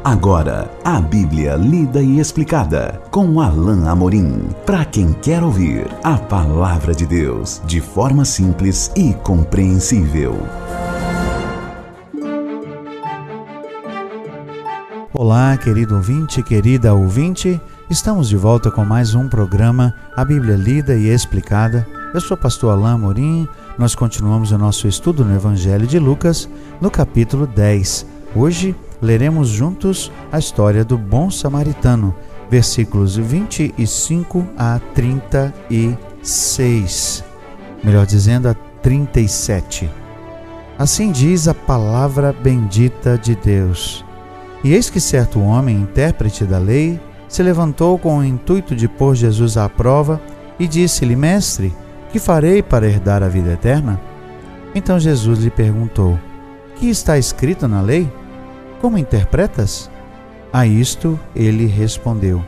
Agora, a Bíblia lida e explicada com Alain Amorim. Para quem quer ouvir a Palavra de Deus de forma simples e compreensível. Olá, querido ouvinte, querida ouvinte. Estamos de volta com mais um programa, a Bíblia lida e explicada. Eu sou o pastor Alain Amorim. Nós continuamos o nosso estudo no Evangelho de Lucas, no capítulo 10. Hoje, leremos juntos a história do bom samaritano, versículos 25 a 36. Melhor dizendo, a 37. Assim diz a palavra bendita de Deus. E eis que certo homem, intérprete da lei, se levantou com o intuito de pôr Jesus à prova e disse-lhe: Mestre, que farei para herdar a vida eterna? Então Jesus lhe perguntou: Que está escrito na lei? Como interpretas? A isto ele respondeu: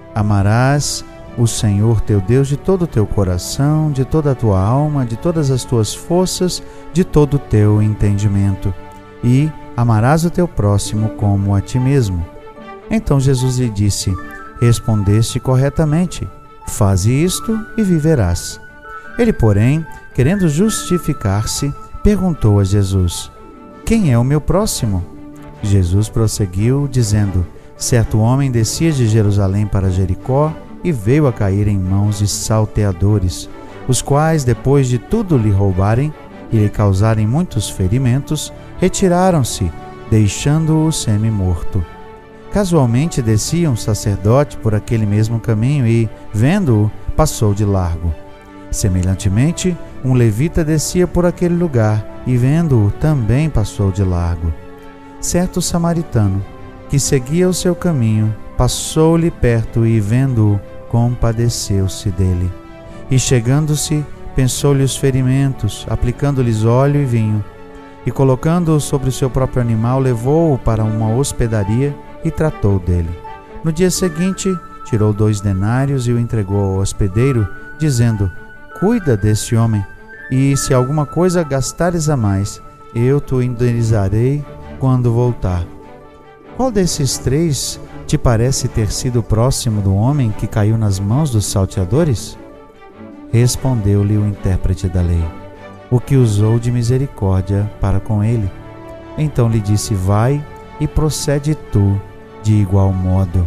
Amarás o Senhor teu Deus de todo o teu coração, de toda a tua alma, de todas as tuas forças, de todo o teu entendimento, e amarás o teu próximo como a ti mesmo. Então Jesus lhe disse: Respondeste corretamente, faze isto e viverás. Ele, porém, querendo justificar-se, perguntou a Jesus: Quem é o meu próximo? Jesus prosseguiu, dizendo: Certo homem descia de Jerusalém para Jericó e veio a cair em mãos de salteadores, os quais, depois de tudo lhe roubarem e lhe causarem muitos ferimentos, retiraram-se, deixando-o semi-morto. Casualmente descia um sacerdote por aquele mesmo caminho e, vendo-o, passou de largo. Semelhantemente, um levita descia por aquele lugar e, vendo-o, também passou de largo. Certo samaritano, que seguia o seu caminho, passou-lhe perto e, vendo-o, compadeceu-se dele. E, chegando-se, pensou-lhe os ferimentos, aplicando-lhes óleo e vinho, e, colocando-o sobre o seu próprio animal, levou-o para uma hospedaria e tratou dele. No dia seguinte, tirou 2 denários e o entregou ao hospedeiro, dizendo: Cuida desse homem, e se alguma coisa gastares a mais, eu te indenizarei quando voltar. Qual desses 3 te parece ter sido próximo do homem que caiu nas mãos dos salteadores? Respondeu-lhe o intérprete da lei: O que usou de misericórdia para com ele. Então lhe disse: Vai e procede tu de igual modo.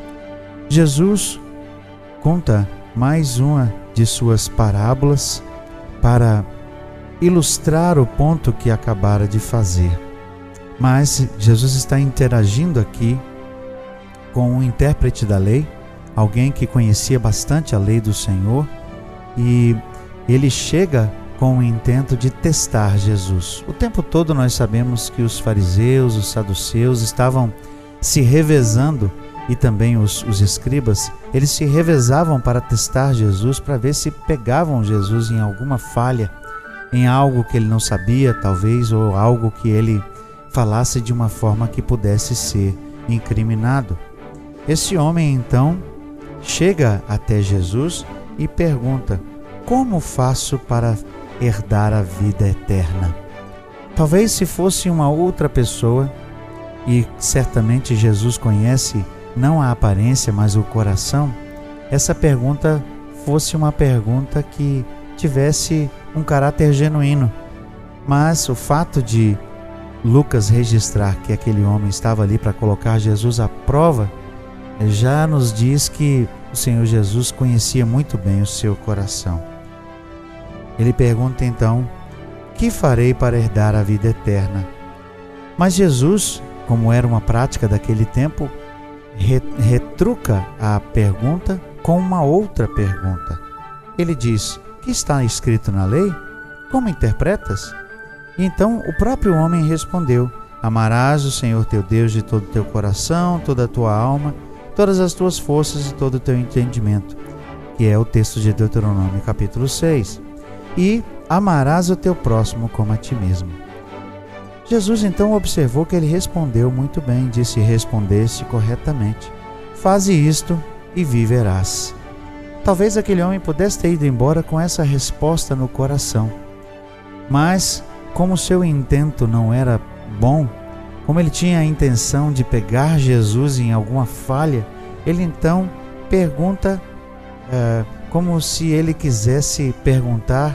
Jesus conta mais uma de suas parábolas para ilustrar o ponto que acabara de fazer. Mas Jesus está interagindo aqui com um intérprete da lei, alguém que conhecia bastante a lei do Senhor, e ele chega com o intento de testar Jesus. O tempo todo nós sabemos que os fariseus, os saduceus estavam se revezando, e também os escribas, eles se revezavam para testar Jesus, para ver se pegavam Jesus em alguma falha, em algo que ele não sabia, talvez, ou algo que ele falasse de uma forma que pudesse ser incriminado. Esse homem, então, chega até Jesus e pergunta: Como faço para herdar a vida eterna? Talvez se fosse uma outra pessoa, e certamente Jesus conhece não a aparência, mas o coração, essa pergunta fosse uma pergunta que tivesse um caráter genuíno. Mas o fato de Lucas registrar que aquele homem estava ali para colocar Jesus à prova, já nos diz que o Senhor Jesus conhecia muito bem o seu coração. Ele pergunta então: Que farei para herdar a vida eterna? Mas Jesus, como era uma prática daquele tempo, retruca a pergunta com uma outra pergunta. Ele diz: Que está escrito na lei? Como interpretas? E então o próprio homem respondeu: Amarás o Senhor teu Deus de todo o teu coração, toda a tua alma, todas as tuas forças e todo o teu entendimento, que é o texto de Deuteronômio capítulo 6. E amarás o teu próximo como a ti mesmo. Jesus então observou que ele respondeu muito bem, disse: Respondeste corretamente, faze isto e viverás. Talvez aquele homem pudesse ter ido embora com essa resposta no coração, mas como seu intento não era bom, como ele tinha a intenção de pegar Jesus em alguma falha, ele então pergunta, como se ele quisesse perguntar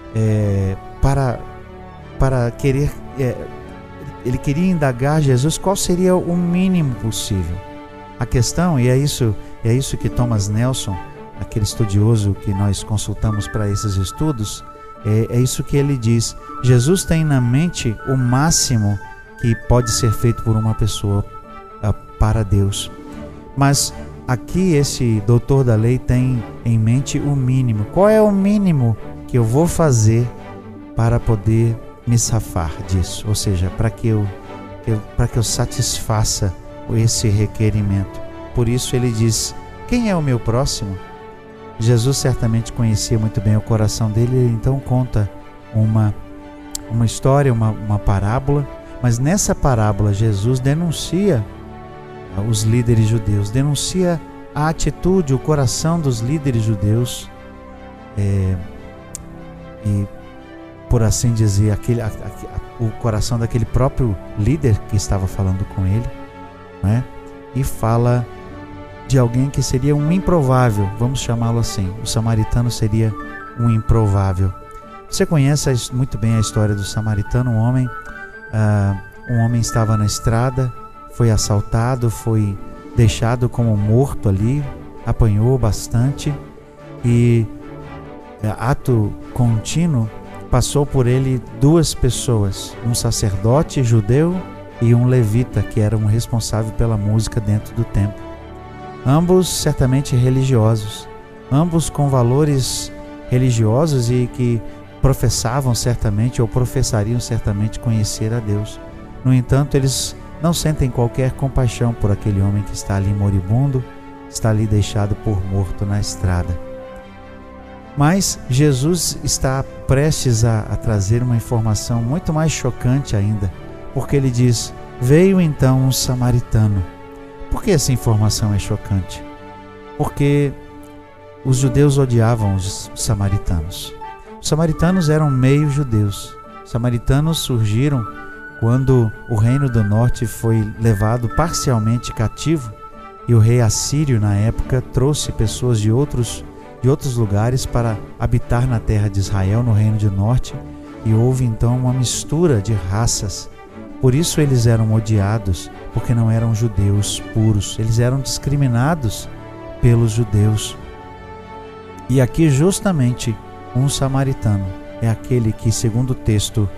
para querer, ele queria indagar Jesus qual seria o mínimo possível. A questão, e é isso que Thomas Nelson, aquele estudioso que nós consultamos para esses estudos, é isso que ele diz: Jesus tem na mente o máximo que pode ser feito por uma pessoa para Deus. Mas aqui esse doutor da lei tem em mente o mínimo. Qual é o mínimo que eu vou fazer para poder me safar disso? Ou seja, para que eu satisfaça esse requerimento. Por isso ele diz: quem é o meu próximo? Jesus certamente conhecia muito bem o coração dele, ele então conta uma história, uma parábola, mas nessa parábola Jesus denuncia os líderes judeus, denuncia a atitude, o coração dos líderes judeus, e por assim dizer, o coração daquele próprio líder que estava falando com ele, né? E fala de alguém que seria um improvável, vamos chamá-lo assim. O samaritano seria um improvável. Você conhece muito bem a história do samaritano. Um homem estava na estrada, foi assaltado, foi deixado como morto ali, apanhou bastante e ato contínuo passou por ele duas pessoas, um sacerdote judeu e um levita, que era um responsável pela música dentro do templo. Ambos certamente religiosos, ambos com valores religiosos e que professavam certamente ou professariam certamente conhecer a Deus. No entanto, eles não sentem qualquer compaixão por aquele homem que está ali moribundo, está ali deixado por morto na estrada. Mas Jesus está prestes a trazer uma informação muito mais chocante ainda, porque ele diz: veio então um samaritano. Por que essa informação é chocante? Porque os judeus odiavam os samaritanos. Os samaritanos eram meio judeus. Os samaritanos surgiram quando o reino do norte foi levado parcialmente cativo e o rei assírio na época trouxe pessoas de outros lugares para habitar na terra de Israel, no reino do norte, e houve então uma mistura de raças. Por isso eles eram odiados, porque não eram judeus puros, eles eram discriminados pelos judeus. E aqui justamente um samaritano é aquele que, segundo o texto,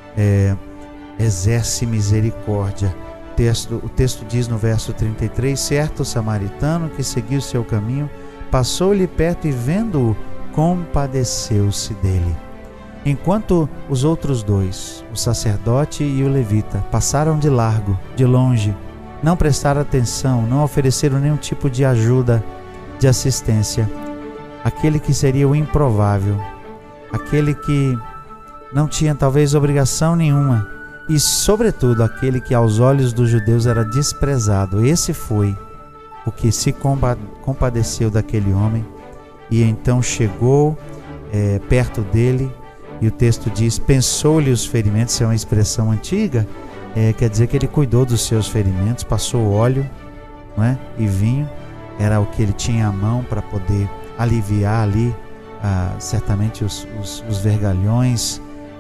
exerce misericórdia. O texto diz no verso 33, certo samaritano que seguiu seu caminho, passou-lhe perto e vendo-o, compadeceu-se dele. Enquanto os outros dois, o sacerdote e o levita, passaram de largo, de longe, não prestaram atenção, não ofereceram nenhum tipo de ajuda, de assistência, aquele que seria o improvável, aquele que não tinha talvez obrigação nenhuma e, sobretudo, aquele que aos olhos dos judeus era desprezado, esse foi o que se compadeceu daquele homem e então chegou perto dele. E o texto diz, pensou-lhe os ferimentos, é uma expressão antiga, quer dizer que ele cuidou dos seus ferimentos, passou óleo, não é? E vinho, era o que ele tinha à mão para poder aliviar ali, certamente os vergalhões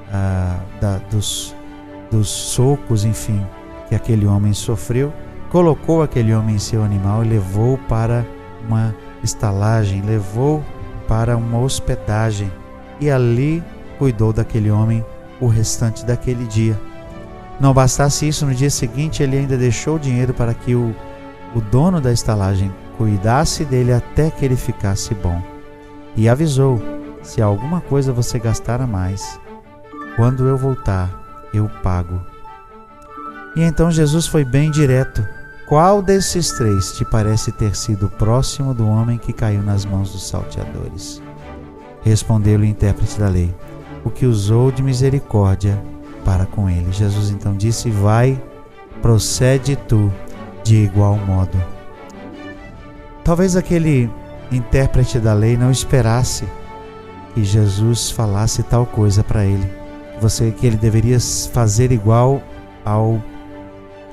dos socos, enfim, que aquele homem sofreu. Colocou aquele homem em seu animal e levou para uma estalagem, levou para uma hospedagem e ali cuidou daquele homem o restante daquele dia. Não bastasse isso, no dia seguinte ele ainda deixou dinheiro para que o dono da estalagem cuidasse dele até que ele ficasse bom. E avisou, se alguma coisa você gastar a mais, quando eu voltar, eu pago. E então Jesus foi bem direto. Qual desses três te parece ter sido próximo do homem que caiu nas mãos dos salteadores? Respondeu-lhe o intérprete da lei, o que usou de misericórdia para com ele. Jesus então disse, vai, procede tu de igual modo. Talvez aquele intérprete da lei não esperasse que Jesus falasse tal coisa para ele, que ele deveria fazer igual ao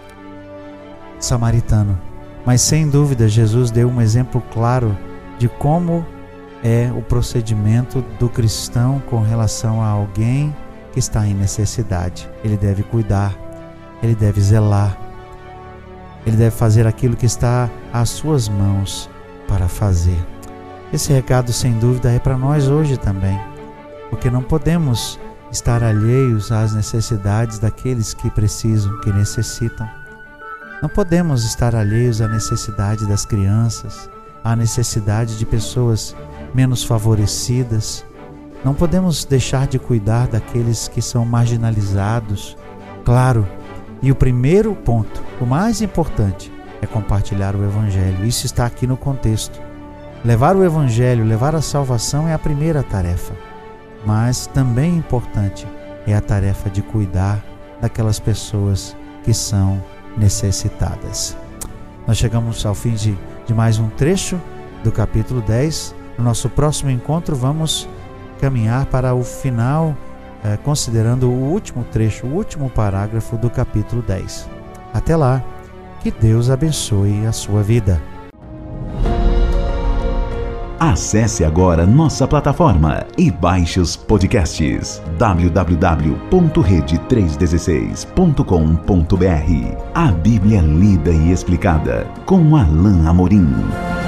samaritano. Mas sem dúvida Jesus deu um exemplo claro de como é o procedimento do cristão com relação a alguém que está em necessidade. Ele deve cuidar, ele deve zelar, ele deve fazer aquilo que está às suas mãos para fazer. Esse recado, sem dúvida, é para nós hoje também, porque não podemos estar alheios às necessidades daqueles que precisam, que necessitam. Não podemos estar alheios à necessidade das crianças, à necessidade de pessoas menos favorecidas. Não podemos deixar de cuidar daqueles que são marginalizados. Claro, e o primeiro ponto, o mais importante, é compartilhar o Evangelho. Isso está aqui no contexto. Levar o Evangelho, levar a salvação é a primeira tarefa. Mas também importante é a tarefa de cuidar daquelas pessoas que são necessitadas. Nós chegamos ao fim de mais um trecho do capítulo 10. No nosso próximo encontro vamos caminhar para o final, considerando o último trecho, o último parágrafo do capítulo 10. Até lá, que Deus abençoe a sua vida. Acesse agora nossa plataforma e baixe os podcasts www.rede316.com.br. A Bíblia lida e explicada com Alain Amorim.